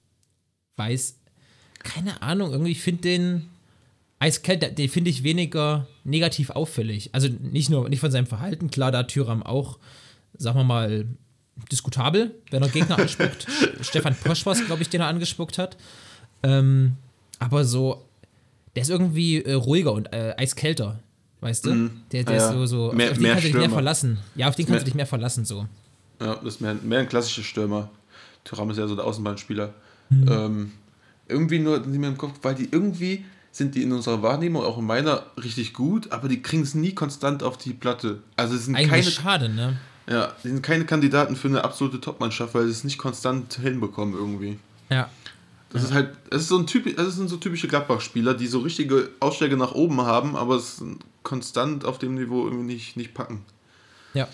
Keine Ahnung, irgendwie finde den eiskalt, den finde ich weniger negativ auffällig. Also nicht von seinem Verhalten. Klar, da hat Thuram auch, sagen wir mal, diskutabel, wenn er Gegner anspuckt. Stefan Posch war es, glaube ich, den er angespuckt hat. Aber so, der ist irgendwie ruhiger und eiskälter, weißt du? Der ist so auf den kannst du dich mehr verlassen. Ja, auf den kannst du dich mehr verlassen, so. Ja, das ist mehr ein klassischer Stürmer. Thuram ist ja so der Außenbahnspieler. Irgendwie nur nicht mehr im Kopf, weil irgendwie sind die in unserer Wahrnehmung, auch in meiner, richtig gut, aber die kriegen es nie konstant auf die Platte. Also es sind eigentlich schade, ne? Ja, die sind keine Kandidaten für eine absolute Top-Mannschaft, weil sie es nicht konstant hinbekommen irgendwie. Ja. Das ist so typische Gladbach-Spieler, die so richtige Ausschläge nach oben haben, aber es konstant auf dem Niveau irgendwie nicht packen. Ja.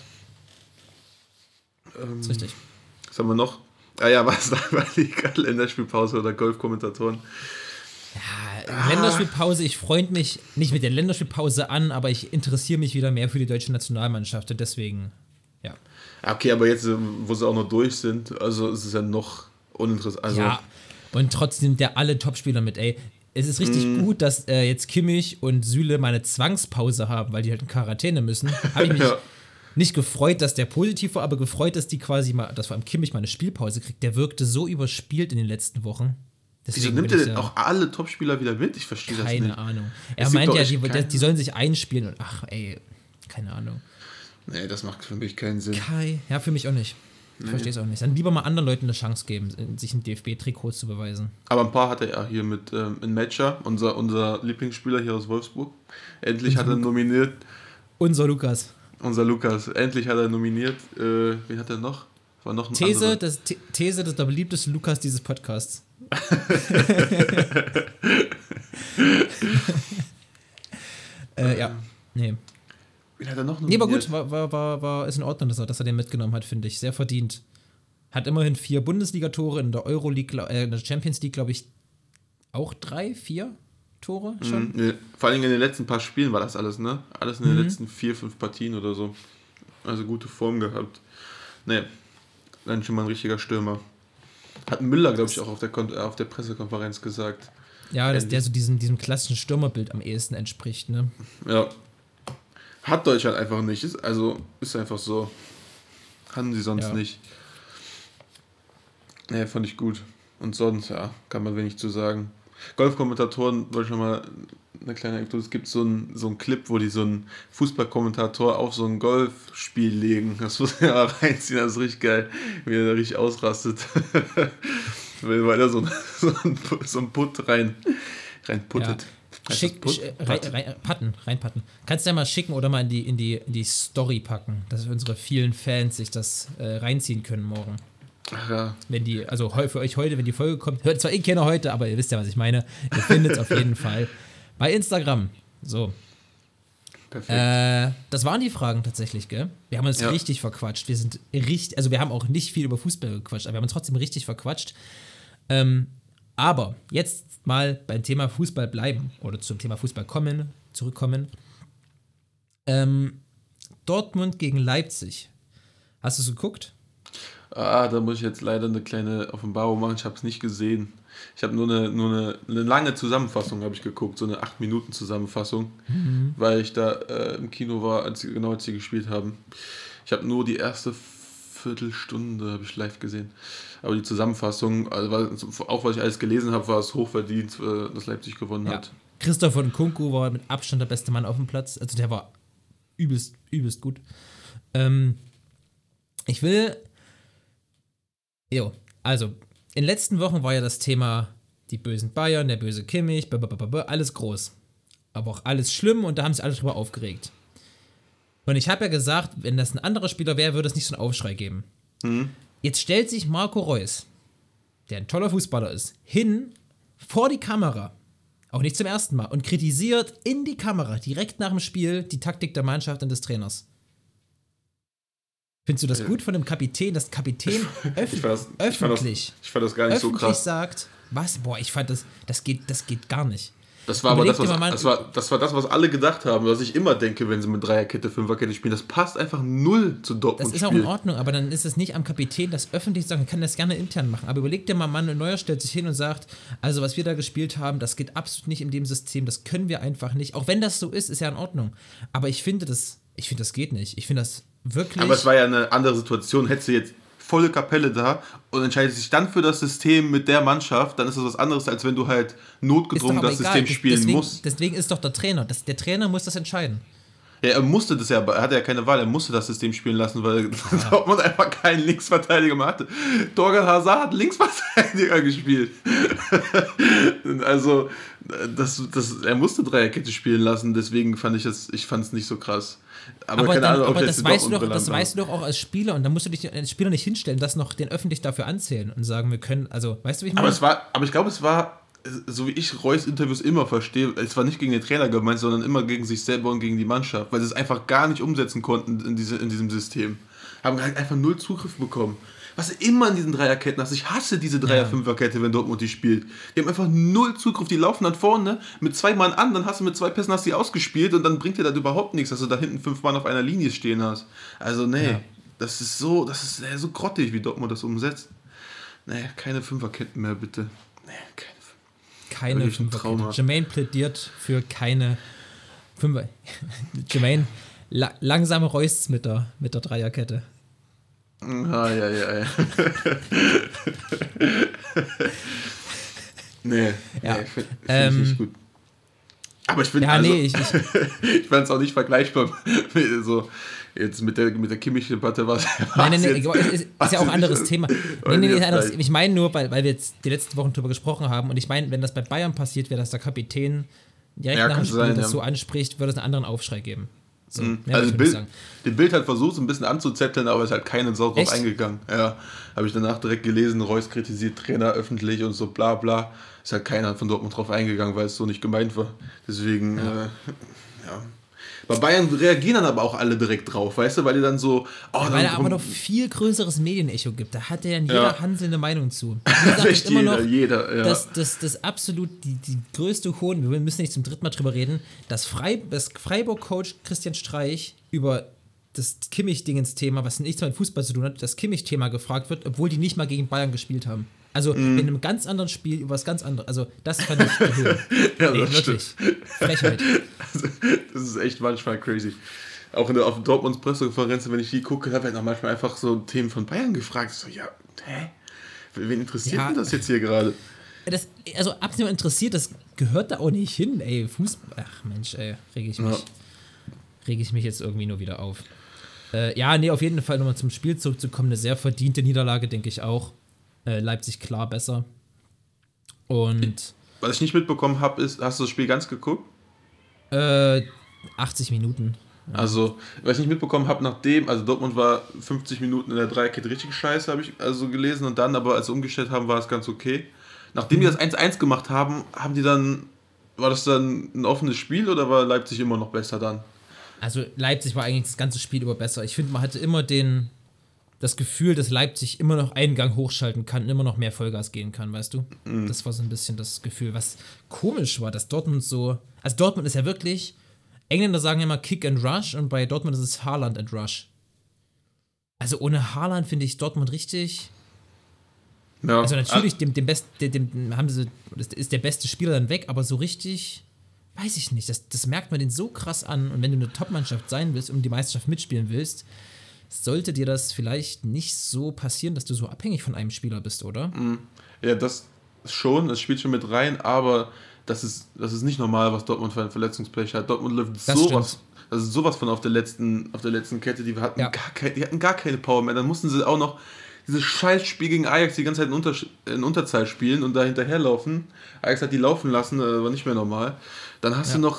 Das ist richtig. Was haben wir noch? Was war die Länderspielpause oder Golfkommentatoren? Ja, Länderspielpause, ich freue mich nicht mit der Länderspielpause an, aber ich interessiere mich wieder mehr für die deutsche Nationalmannschaft und deswegen, ja. Okay, aber jetzt, wo sie auch noch durch sind, also ist es ja noch uninteressant. Also ja, und trotzdem der alle Topspieler mit, es ist richtig gut, dass jetzt Kimmich und Süle mal eine Zwangspause haben, weil die halt in Quarantäne müssen. Habe ich mich nicht gefreut, dass der positiv war, aber gefreut, dass die quasi mal, dass vor allem Kimmich mal eine Spielpause kriegt. Der wirkte so überspielt in den letzten Wochen. Deswegen wieso nimmt er denn auch alle Topspieler wieder mit? Ich verstehe das nicht. Keine Ahnung. Er meint ja, die sollen sich einspielen und keine Ahnung. Nee, das macht für mich keinen Sinn. Ja, für mich auch nicht. Ich verstehe es auch nicht. Dann lieber mal anderen Leuten eine Chance geben, sich im DFB-Trikot zu beweisen. Aber ein paar hat er ja hier mit in Metscher, unser Lieblingsspieler hier aus Wolfsburg. Endlich hat er nominiert. Unser Lukas. Endlich hat er nominiert. Wen hat er noch? War noch ein These, das ist der beliebteste Lukas dieses Podcasts. Nee. Wen hat er noch nominiert? Nee, aber gut, ist in Ordnung, dass er den mitgenommen hat, finde ich. Sehr verdient. Hat immerhin 4 Bundesliga-Tore, in der Euroleague, in der Champions League, glaube ich, auch 3, 4 Tore schon. Vor allem in den letzten paar Spielen war das alles, ne? Alles in den letzten 4, 5 Partien oder so. Also gute Form gehabt. Nee, dann schon mal ein richtiger Stürmer. Hat Müller, glaube ich, auch auf der Pressekonferenz gesagt. Ja, dass der so diesem klassischen Stürmerbild am ehesten entspricht, ne? Ja. Hat Deutschland einfach nicht. Ist einfach so. Hatten sie sonst nicht. Nee, fand ich gut. Und sonst, kann man wenig zu sagen. Golfkommentatoren, wollte ich nochmal eine kleine Anekdote. Es gibt so einen Clip, wo die so einen Fußballkommentator auf so ein Golfspiel legen. Das muss man ja reinziehen, das ist richtig geil, wie er da richtig ausrastet. Weil er so einen Putt reinputtet. Reinpatten. Kannst du ja mal schicken oder mal in die Story packen, dass unsere vielen Fans sich das reinziehen können morgen. Ach ja. Wenn die, also für euch heute, wenn die Folge kommt, hört zwar keiner heute, aber ihr wisst ja, was ich meine. Ihr findet es auf jeden Fall bei Instagram. So. Perfekt. Das waren die Fragen tatsächlich, gell? Wir haben uns richtig verquatscht. Also wir haben auch nicht viel über Fußball gequatscht, aber wir haben uns trotzdem richtig verquatscht. Aber jetzt mal beim Thema Fußball bleiben oder zum Thema Fußball zurückkommen. Dortmund gegen Leipzig. Hast du es geguckt? Da muss ich jetzt leider eine kleine Offenbarung machen. Ich habe es nicht gesehen. Ich habe nur eine lange Zusammenfassung habe ich geguckt, so eine 8-Minuten-Zusammenfassung, weil ich da im Kino war, als sie gespielt haben. Ich habe nur die erste Viertelstunde habe ich live gesehen. Aber die Zusammenfassung, also auch was ich alles gelesen habe, war es hochverdient, dass Leipzig gewonnen hat. Christoph Nkunku war mit Abstand der beste Mann auf dem Platz. Also der war übelst gut. Also in den letzten Wochen war ja das Thema die bösen Bayern, der böse Kimmich, alles groß. Aber auch alles schlimm und da haben sich alle drüber aufgeregt. Und ich habe ja gesagt, wenn das ein anderer Spieler wäre, würde es nicht so einen Aufschrei geben. Jetzt stellt sich Marco Reus, der ein toller Fußballer ist, hin vor die Kamera, auch nicht zum ersten Mal, und kritisiert in die Kamera, direkt nach dem Spiel, die Taktik der Mannschaft und des Trainers. Findest du das gut von dem Kapitän, dass Kapitän öffentlich gar nicht so krass. Sagt, was? Boah, ich fand das geht gar nicht. Das war aber das, was alle gedacht haben, was ich immer denke, wenn sie mit Dreierkette, Fünferkette spielen. Das passt einfach null zu Dortmund. Das ist auch in Ordnung, aber dann ist es nicht am Kapitän, das öffentlich zu sagen, kann das gerne intern machen. Aber überleg dir mal, Manuel Neuer stellt sich hin und sagt, also was wir da gespielt haben, das geht absolut nicht in dem System, das können wir einfach nicht. Auch wenn das so ist ja in Ordnung. Aber ich finde, das geht nicht. Ich finde das wirklich... Aber es war ja eine andere Situation. Hättest du jetzt volle Kapelle da und entscheidest dich dann für das System mit der Mannschaft, dann ist das was anderes, als wenn du halt notgedrungen das System spielen musst. Deswegen ist doch der Trainer. Der Trainer muss das entscheiden. Ja, er musste das ja, aber er hatte ja keine Wahl, er musste das System spielen lassen, weil Dortmund einfach keinen Linksverteidiger mehr hatte. Torgan Hazard hat Linksverteidiger gespielt. Also, er musste Dreierkette spielen lassen, deswegen fand ich es nicht so krass. Aber keine Ahnung, ob das weißt du doch auch als Spieler und dann musst du dich als Spieler nicht hinstellen, das noch den öffentlich dafür anzählen und sagen, wir können, also, weißt du, wie ich meine? Aber ich glaube, es war, so wie ich Reus Interviews immer verstehe, es war nicht gegen den Trainer gemeint, sondern immer gegen sich selber und gegen die Mannschaft, weil sie es einfach gar nicht umsetzen konnten in diesem System. Haben halt einfach null Zugriff bekommen. Was du immer in diesen Dreierketten hast. Ich hasse diese Dreier-Fünfer-Kette, wenn Dortmund die spielt. Die haben einfach null Zugriff. Die laufen dann vorne mit 2 Mann an, dann hast du mit 2 Pässen die ausgespielt und dann bringt dir das überhaupt nichts, dass du da hinten 5 Mann auf einer Linie stehen hast. Also das ist so grottig, wie Dortmund das umsetzt. Nee, keine Fünferketten mehr, bitte. Nee, keine Fünferkette. Jermaine plädiert für keine Fünfer. Jermaine, langsame Reus mit der Dreierkette. Ja. Nee, finde ich nicht gut. Aber ich finde, ich fand es auch nicht vergleichbar. So, jetzt mit der Kimmich-Debatte war es. Nein, ist ja auch ein anderes Thema. Ich meine nur, weil wir jetzt die letzten Wochen drüber gesprochen haben und ich meine, wenn das bei Bayern passiert wäre, dass der Kapitän direkt nach dem Spiel das so anspricht, würde es einen anderen Aufschrei geben. So, also den Bild hat versucht, so ein bisschen anzuzetteln, aber es hat keine Sau drauf eingegangen. Ja, habe ich danach direkt gelesen, Reus kritisiert Trainer öffentlich und so bla bla. Ist halt keiner von Dortmund drauf eingegangen, weil es so nicht gemeint war. Deswegen, Bei Bayern reagieren dann aber auch alle direkt drauf, weißt du, weil die dann so... weil er aber noch viel größeres Medienecho gibt. Da hat ja jeder Hansel eine Meinung zu. Echt jeder. Das absolut die größte Hohn, wir müssen nicht zum 3. Mal drüber reden, dass Freiburg-Coach Christian Streich über das Kimmich-Dingens-Thema, was nichts mit Fußball zu tun hat, das Kimmich-Thema gefragt wird, obwohl die nicht mal gegen Bayern gespielt haben. Also in einem ganz anderen Spiel über was ganz anderes. Also das fand ich gehört. Wirklich. Frechheit. Also, das ist echt manchmal crazy. Auch auf Dortmunds Pressekonferenzen, wenn ich die gucke, habe ich dann manchmal einfach so Themen von Bayern gefragt. So, wen interessiert denn das jetzt hier gerade? Also absolut interessiert, das gehört da auch nicht hin, ey. Fußball. Ach Mensch, ey, rege ich mich jetzt irgendwie nur wieder auf. Auf jeden Fall nochmal zum Spiel zurückzukommen. Eine sehr verdiente Niederlage, denke ich auch. Leipzig klar besser. Und Was ich nicht mitbekommen habe, ist, hast du das Spiel ganz geguckt? 80 Minuten. Ja. Also, was ich nicht mitbekommen habe, also Dortmund war 50 Minuten in der Dreierkette richtig scheiße, habe ich also gelesen, und dann aber, als sie umgestellt haben, war es ganz okay. Nachdem die das 1-1 gemacht haben, war das dann ein offenes Spiel oder war Leipzig immer noch besser dann? Also Leipzig war eigentlich das ganze Spiel über besser. Ich finde, man hatte immer das Gefühl, dass Leipzig immer noch einen Gang hochschalten kann und immer noch mehr Vollgas gehen kann, weißt du? Das war so ein bisschen das Gefühl, was komisch war, dass Dortmund so... Also Dortmund ist ja wirklich... Engländer sagen ja immer Kick and Rush und bei Dortmund ist es Haaland and Rush. Also ohne Haaland finde ich Dortmund richtig... Ja. Also natürlich, ist der beste Spieler dann weg, aber so richtig... Weiß ich nicht, das merkt man den so krass an. Und wenn du eine Top-Mannschaft sein willst und die Meisterschaft mitspielen willst, sollte dir das vielleicht nicht so passieren, dass du so abhängig von einem Spieler bist, oder? Ja, das schon, das spielt schon mit rein, aber das ist nicht normal, was Dortmund für ein Verletzungspech hat. Dortmund läuft sowas von auf der letzten Kette, die hatten gar keine Power mehr. Dann mussten sie auch noch dieses Scheißspiel gegen Ajax die ganze Zeit in Unterzahl spielen und da hinterherlaufen. Ajax hat die laufen lassen, war nicht mehr normal. Dann hast du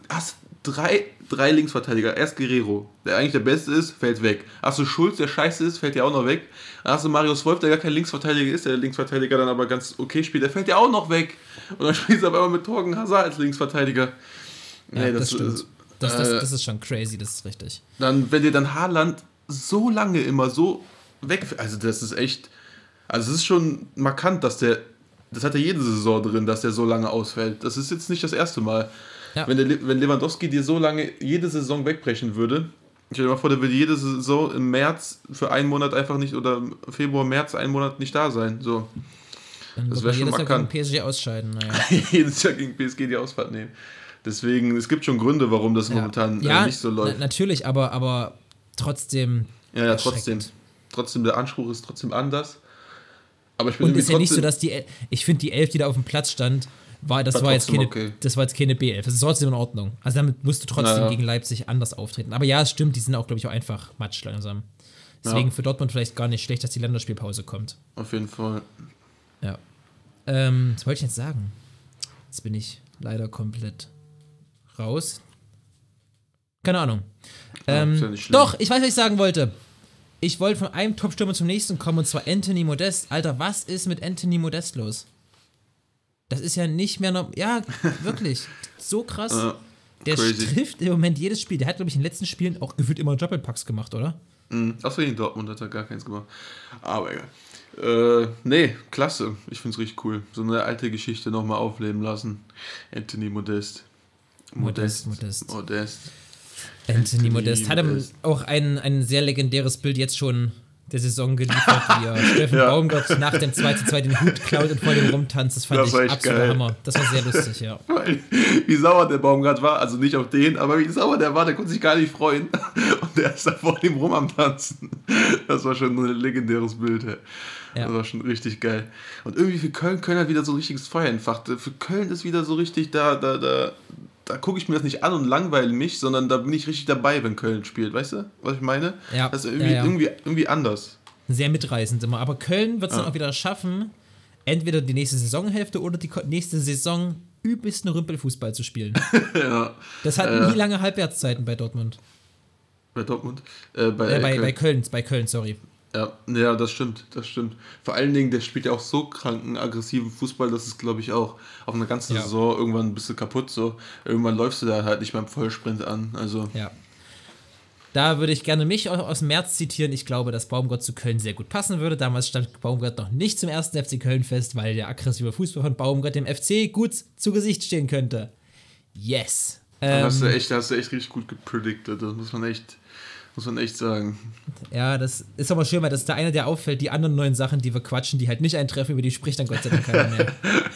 drei Linksverteidiger. Erst Guerrero, der eigentlich der Beste ist, fällt weg. Hast du Schulz, der scheiße ist, fällt ja auch noch weg. Dann hast du Marius Wolf, der gar kein Linksverteidiger ist, der Linksverteidiger dann aber ganz okay spielt, der fällt ja auch noch weg. Und dann spielst du aber immer mit Torgen Hazard als Linksverteidiger. Ja, nee, das stimmt. Das ist schon crazy, das ist richtig. Dann, wenn dir dann Haaland so lange immer so weg, also das ist echt, also es ist schon markant, das hat er jede Saison drin, dass der so lange ausfällt. Das ist jetzt nicht das erste Mal. Ja. Wenn Lewandowski dir so lange jede Saison wegbrechen würde, stell dir mal vor, der würde jede Saison im März für einen Monat einfach nicht, oder Februar, März einen Monat nicht da sein. So. Dann das wäre schon markant. Jedes Jahr gegen PSG ausscheiden. Naja. Jedes Jahr gegen PSG die Ausfahrt nehmen. Deswegen, es gibt schon Gründe, warum das momentan nicht so läuft. Natürlich, aber trotzdem. Ja, trotzdem, der Anspruch ist trotzdem anders. Aber ich bin und es ist ja nicht so, dass ich finde, die 11, die da auf dem Platz stand, das war jetzt keine B11. Das ist trotzdem in Ordnung. Also damit musst du trotzdem gegen Leipzig anders auftreten. Aber ja, es stimmt, die sind auch, glaube ich, auch einfach matsch langsam. Deswegen für Dortmund vielleicht gar nicht schlecht, dass die Länderspielpause kommt. Auf jeden Fall. Ja. Was wollte ich jetzt sagen? Jetzt bin ich leider komplett raus. Keine Ahnung. Doch, ich weiß, was ich sagen wollte. Ich wollte von einem Top-Stürmer zum nächsten kommen, und zwar Anthony Modest. Alter, was ist mit Anthony Modest los? Das ist ja nicht mehr noch. Ja, wirklich. So krass. Der trifft im Moment jedes Spiel. Der hat, glaube ich, in den letzten Spielen auch gefühlt immer Doppelpacks gemacht, oder? Achso, in Dortmund hat er gar keins gemacht. Aber egal. Nee, klasse. Ich finde es richtig cool. So eine alte Geschichte nochmal aufleben lassen. Anthony Modest. Anthony Modest hat auch ein sehr legendäres Bild jetzt schon der Saison geliefert, wie er Steffen Baumgart nach dem 2:2 den Hut klaut und vor dem rumtanzt. Das fand ich absoluter Hammer. Das war sehr lustig, ja. Wie sauer der Baumgart war, also nicht auf den, aber wie sauer der war, der konnte sich gar nicht freuen. Und der ist da vor dem rum am Tanzen. Das war schon ein legendäres Bild. Ja. Das war schon richtig geil. Und irgendwie für Köln hat wieder so richtiges Feuer entfacht. Für Köln ist wieder so richtig da gucke ich mir das nicht an und langweile mich, sondern da bin ich richtig dabei, wenn Köln spielt. Weißt du, was ich meine? Ja. Das ist irgendwie anders. Sehr mitreißend immer. Aber Köln wird es dann auch wieder schaffen, entweder die nächste Saisonhälfte oder die nächste Saison übelsten Rümpelfußball zu spielen. Ja. Das hat nie lange Halbwertszeiten bei Dortmund. Bei Dortmund? Bei Köln, sorry. Ja, das stimmt. Vor allen Dingen, der spielt ja auch so kranken, aggressiven Fußball, das ist, glaube ich, auch auf einer ganzen Saison irgendwann ein bisschen kaputt. So. Irgendwann läufst du da halt nicht beim Vollsprint an. Also. Ja. Da würde ich gerne mich aus dem März zitieren. Ich glaube, dass Baumgart zu Köln sehr gut passen würde. Damals stand Baumgart noch nicht zum ersten FC Köln fest, weil der aggressive Fußball von Baumgart dem FC gut zu Gesicht stehen könnte. Yes. Hast du echt richtig gut gepredicted. Das muss man echt sagen. Ja, das ist aber schön, weil das ist der eine, der auffällt. Die anderen 9 Sachen, die wir quatschen, die halt nicht eintreffen, über die spricht dann Gott sei Dank keiner mehr.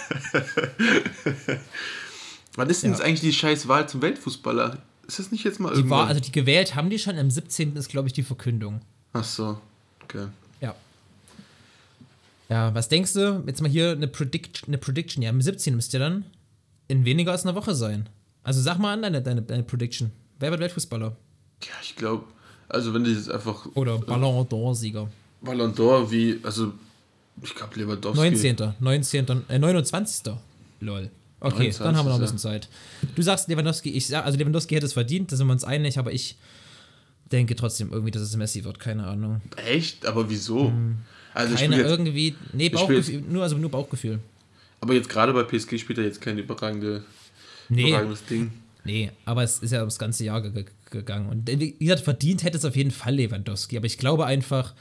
Wann ist denn jetzt eigentlich die scheiß Wahl zum Weltfußballer? Ist das nicht jetzt mal irgendwann? Die gewählt haben die schon, am 17. ist, glaube ich, die Verkündung. Ach so, okay. Ja. Ja, was denkst du? Jetzt mal hier eine Prediction. Ja, am 17. müsste ja dann in weniger als einer Woche sein. Also sag mal an deine Prediction. Wer wird Weltfußballer? Ja, ich glaube, also wenn die jetzt einfach... Oder Ballon d'Or-Sieger. Ballon d'Or ich glaube Lewandowski. 29. Lol. Okay, 29, dann haben wir noch ein ja. bisschen Zeit. Du sagst Lewandowski, also Lewandowski hätte es verdient, da sind wir uns einig, aber ich denke trotzdem irgendwie, dass es Messi wird, keine Ahnung. Echt? Aber wieso? Also Keine jetzt, irgendwie, nee, Bauchgefühl, nur Bauchgefühl. aber jetzt gerade bei PSG spielt er jetzt kein überragendes Ding. Nee, aber es ist ja ums ganze Jahr gegangen. Und wie gesagt, verdient hätte es auf jeden Fall Lewandowski. Aber ich glaube einfach,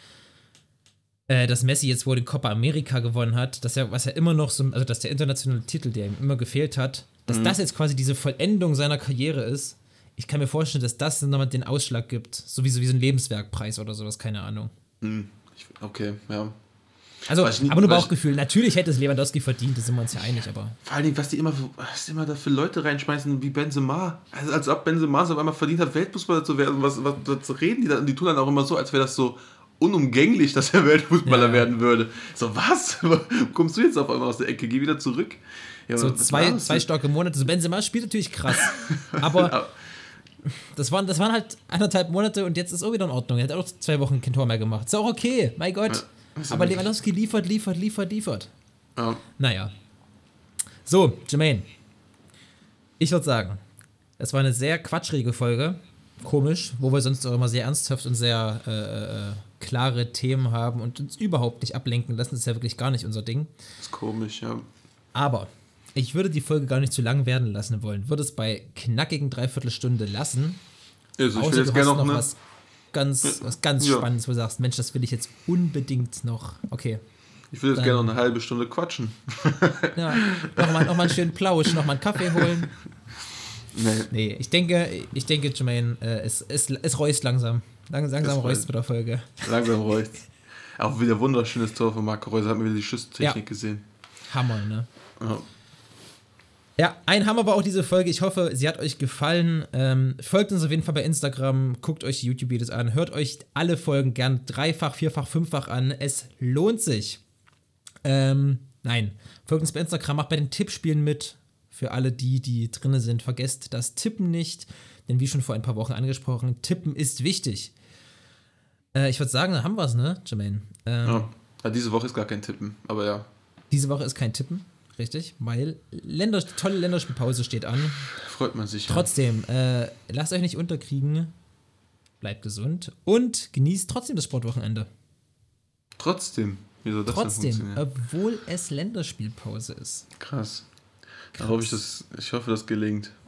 dass Messi jetzt wohl den Copa America gewonnen hat, dass was er immer noch so, also dass der internationale Titel, der ihm immer gefehlt hat, dass das jetzt quasi diese Vollendung seiner Karriere ist. Ich kann mir vorstellen, dass das dann nochmal den Ausschlag gibt. Sowieso wie so ein Lebenswerkpreis oder sowas, keine Ahnung. Okay, ja. Also, aber nur Bauchgefühl. Natürlich hätte es Lewandowski verdient, da sind wir uns ja einig, aber. Vor allem, was die immer da für Leute reinschmeißen, wie Benzema. Also, als ob Benzema so auf einmal verdient hat, Weltfußballer zu werden. Was reden die da? Und die tun dann auch immer so, als wäre das so unumgänglich, dass er Weltfußballer werden würde. So, was? Kommst du jetzt auf einmal aus der Ecke? Geh wieder zurück. Ja, so zwei starke Monate. So Benzema spielt natürlich krass. Aber das waren halt 1,5 Monate und jetzt ist auch wieder in Ordnung. Er hat auch 2 Wochen kein Tor mehr gemacht. Ist auch okay, mein Gott. Ja. Aber Lewandowski liefert. Ja. Naja. So, Jermaine. Ich würde sagen, es war eine sehr quatschrige Folge. Komisch, wo wir sonst auch immer sehr ernsthaft und sehr klare Themen haben und uns überhaupt nicht ablenken lassen. Das ist ja wirklich gar nicht unser Ding. Das ist komisch, ja. Aber ich würde die Folge gar nicht zu lang werden lassen wollen. Würde es bei knackigen 3/4 Stunde lassen. Also, ich Außer will jetzt du gerne hast noch was ganz Spannendes, wo du sagst, Mensch, das will ich jetzt unbedingt noch. Okay. Ich will jetzt gerne noch eine halbe Stunde quatschen. Ja, noch mal einen schönen Plausch, noch mal einen Kaffee holen. Nee, ich denke, Jermaine, es reust langsam. Langsam reust mit der Folge. Langsam reust. Auch wieder wunderschönes Tor von Marco Reus. Haben wir wieder die Schusstechnik gesehen. Hammer, ne? Ja. Ja, ein Hammer war auch diese Folge. Ich hoffe, sie hat euch gefallen. Folgt uns auf jeden Fall bei Instagram, guckt euch die YouTube-Videos an, hört euch alle Folgen gern 3-fach, 4-fach, 5-fach an. Es lohnt sich. Nein, folgt uns bei Instagram, macht bei den Tippspielen mit. Für alle die drinne sind, vergesst das Tippen nicht. Denn wie schon vor ein paar Wochen angesprochen, Tippen ist wichtig. Ich würde sagen, dann haben wir es, ne, Jermaine? Ja, diese Woche ist gar kein Tippen, aber ja. Diese Woche ist kein Tippen. Richtig, weil tolle Länderspielpause steht an. Freut man sich. Trotzdem, lasst euch nicht unterkriegen, bleibt gesund und genießt trotzdem das Sportwochenende. Trotzdem? Wieso das Trotzdem, obwohl es Länderspielpause ist. Krass. Ich hoffe, das gelingt.